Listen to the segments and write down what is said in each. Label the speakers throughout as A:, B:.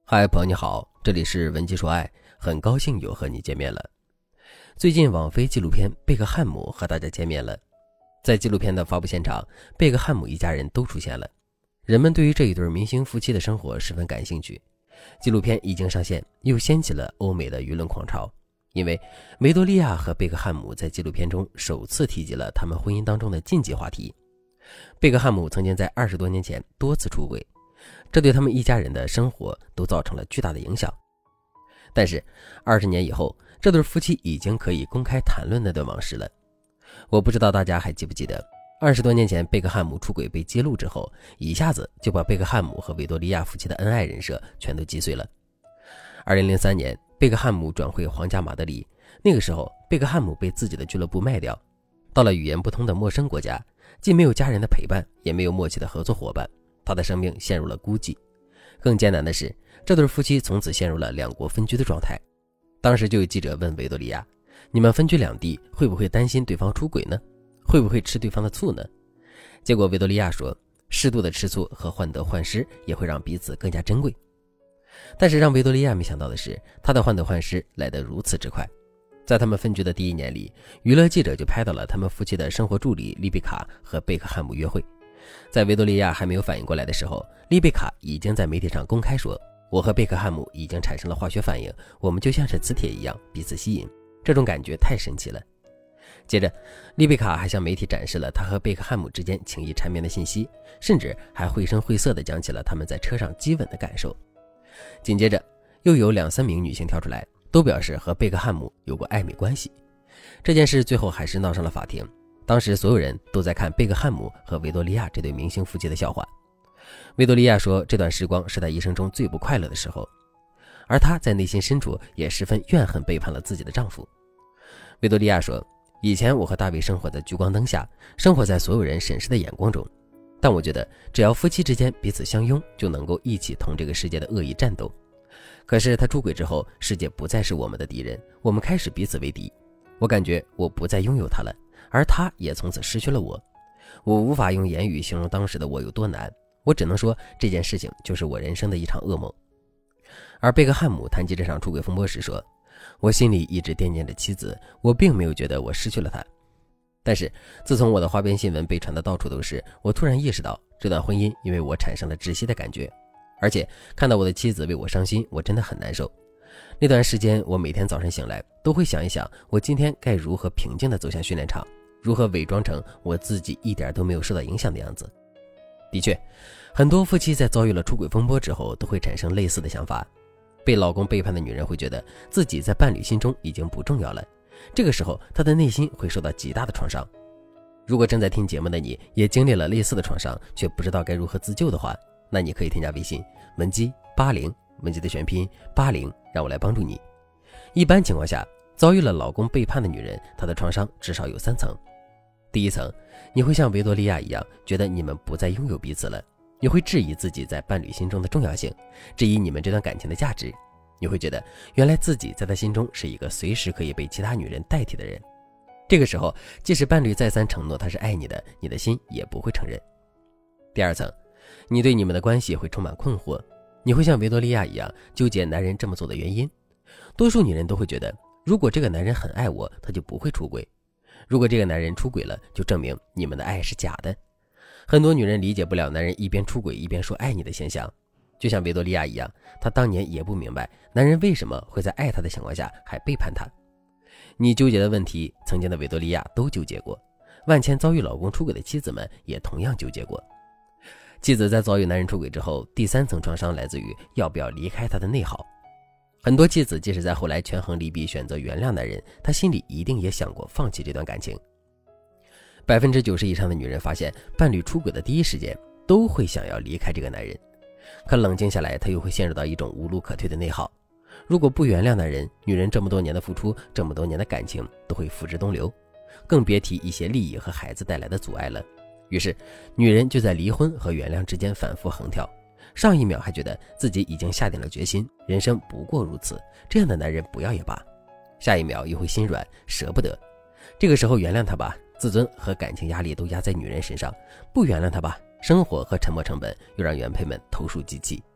A: 嗨，朋友你好，这里是文姬说爱，很高兴又和你见面了。最近网飞纪录片贝克汉姆和大家见面了。在纪录片的发布现场，贝克汉姆一家人都出现了。人们对于这一对明星夫妻的生活十分感兴趣。纪录片一经上线，又掀起了欧美的舆论狂潮，因为维多利亚和贝克汉姆在纪录片中首次提及了他们婚姻当中的禁忌话题。贝克汉姆曾经在20多年前多次出轨，这对他们一家人的生活都造成了巨大的影响。但是20年以后，这对夫妻已经可以公开谈论那段往事了。我不知道大家还记不记得，20多年前贝克汉姆出轨被揭露之后，一下子就把贝克汉姆和维多利亚夫妻的恩爱人设全都击碎了。2003年，贝克汉姆转会皇家马德里，那个时候贝克汉姆被自己的俱乐部卖掉，到了语言不通的陌生国家，既没有家人的陪伴，也没有默契的合作伙伴，他的生命陷入了孤寂。更艰难的是，这对夫妻从此陷入了两国分居的状态。当时就有记者问维多利亚，你们分居两地，会不会担心对方出轨呢？会不会吃对方的醋呢？结果维多利亚说，适度的吃醋和患得患失也会让彼此更加珍贵。但是让维多利亚没想到的是，他的患得患失来得如此之快。在他们分居的第1年里，娱乐记者就拍到了他们夫妻的生活助理丽贝卡和贝克汉姆约会。在维多利亚还没有反应过来的时候，丽贝卡已经在媒体上公开说，我和贝克汉姆已经产生了化学反应，我们就像是磁铁一样彼此吸引，这种感觉太神奇了。接着丽贝卡还向媒体展示了她和贝克汉姆之间情意缠绵的信息，甚至还绘声绘色地讲起了他们在车上激吻的感受。紧接着又有2-3名女性跳出来，都表示和贝克汉姆有过暧昧关系。这件事最后还是闹上了法庭，当时所有人都在看贝克汉姆和维多利亚这对明星夫妻的笑话。维多利亚说，这段时光是她一生中最不快乐的时候，而她在内心深处也十分怨恨背叛了自己的丈夫。维多利亚说，以前我和大卫生活在聚光灯下，生活在所有人审视的眼光中，但我觉得只要夫妻之间彼此相拥，就能够一起同这个世界的恶意战斗。可是他出轨之后，世界不再是我们的敌人，我们开始彼此为敌。我感觉我不再拥有他了，而他也从此失去了我。我无法用言语形容当时的我有多难，我只能说这件事情就是我人生的一场噩梦。而贝克汉姆谈及这场出轨风波时说，我心里一直惦念着妻子，我并没有觉得我失去了她。但是自从我的花边新闻被传得到处都是，我突然意识到这段婚姻因为我产生了窒息的感觉，而且看到我的妻子为我伤心，我真的很难受。那段时间我每天早晨醒来都会想一想，我今天该如何平静地走向训练场，如何伪装成我自己一点都没有受到影响的样子。的确，很多夫妻在遭遇了出轨风波之后都会产生类似的想法。被老公背叛的女人会觉得自己在伴侣心中已经不重要了，这个时候她的内心会受到极大的创伤。如果正在听节目的你也经历了类似的创伤，却不知道该如何自救的话，那你可以添加微信文姬80，文姬的全拼80，让我来帮助你。一般情况下，遭遇了老公背叛的女人，她的创伤至少有3层。第一层，你会像维多利亚一样，觉得你们不再拥有彼此了，你会质疑自己在伴侣心中的重要性，质疑你们这段感情的价值。你会觉得原来自己在他心中是一个随时可以被其他女人代替的人。这个时候，即使伴侣再三承诺他是爱你的，你的心也不会承认。第二层，你对你们的关系会充满困惑，你会像维多利亚一样纠结男人这么做的原因。多数女人都会觉得，如果这个男人很爱我，他就不会出轨；如果这个男人出轨了，就证明你们的爱是假的。很多女人理解不了男人一边出轨一边说爱你的现象，就像维多利亚一样，她当年也不明白男人为什么会在爱她的情况下还背叛她。你纠结的问题，曾经的维多利亚都纠结过，万千遭遇老公出轨的妻子们也同样纠结过。妻子在遭遇男人出轨之后，第3层创伤来自于要不要离开他的内耗。很多妻子即使在后来权衡利弊选择原谅男人，她心里一定也想过放弃这段感情。90%以上的女人发现，伴侣出轨的第一时间都会想要离开这个男人，可冷静下来，她又会陷入到一种无路可退的内耗。如果不原谅男人，女人这么多年的付出，这么多年的感情都会付之东流，更别提一些利益和孩子带来的阻碍了。于是女人就在离婚和原谅之间反复横跳，上一秒还觉得自己已经下定了决心，人生不过如此，这样的男人不要也罢，下一秒又会心软舍不得。这个时候原谅他吧，自尊和感情压力都压在女人身上；不原谅他吧，生活和沉没成本又让原配们投鼠忌器。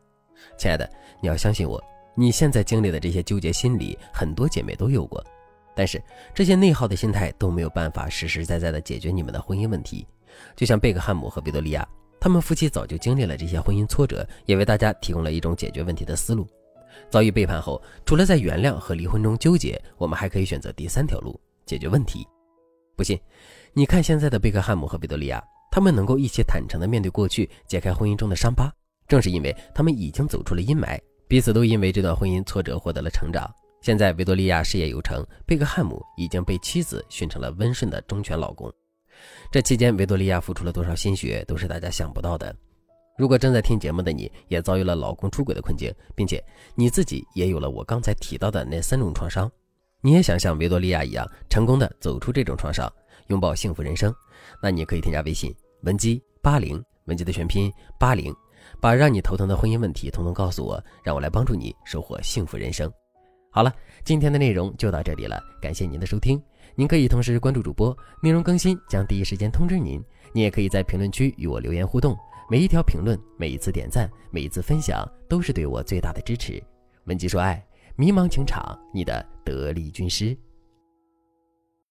A: 亲爱的，你要相信我，你现在经历的这些纠结心理，很多姐妹都有过。但是这些内耗的心态都没有办法实实在在的解决你们的婚姻问题。就像贝克汉姆和维多利亚，他们夫妻早就经历了这些婚姻挫折，也为大家提供了一种解决问题的思路。遭遇背叛后，除了在原谅和离婚中纠结，我们还可以选择第3条路，解决问题。不信，你看现在的贝克汉姆和维多利亚，他们能够一起坦诚地面对过去，解开婚姻中的伤疤，正是因为他们已经走出了阴霾，彼此都因为这段婚姻挫折获得了成长。现在维多利亚事业有成，贝克汉姆已经被妻子训成了温顺的忠犬老公。这期间维多利亚付出了多少心血，都是大家想不到的。如果正在听节目的你也遭遇了老公出轨的困境，并且你自己也有了我刚才提到的那3种创伤，你也想像维多利亚一样成功的走出这种创伤，拥抱幸福人生，那你可以添加微信文姬80，文姬的全拼80，把让你头疼的婚姻问题统统告诉我，让我来帮助你收获幸福人生。好了，今天的内容就到这里了，感谢您的收听。您可以同时关注主播，内容更新将第一时间通知您。你也可以在评论区与我留言互动，每一条评论，每一次点赞，每一次分享，都是对我最大的支持。文姬说爱，迷茫情场，你的得力军师。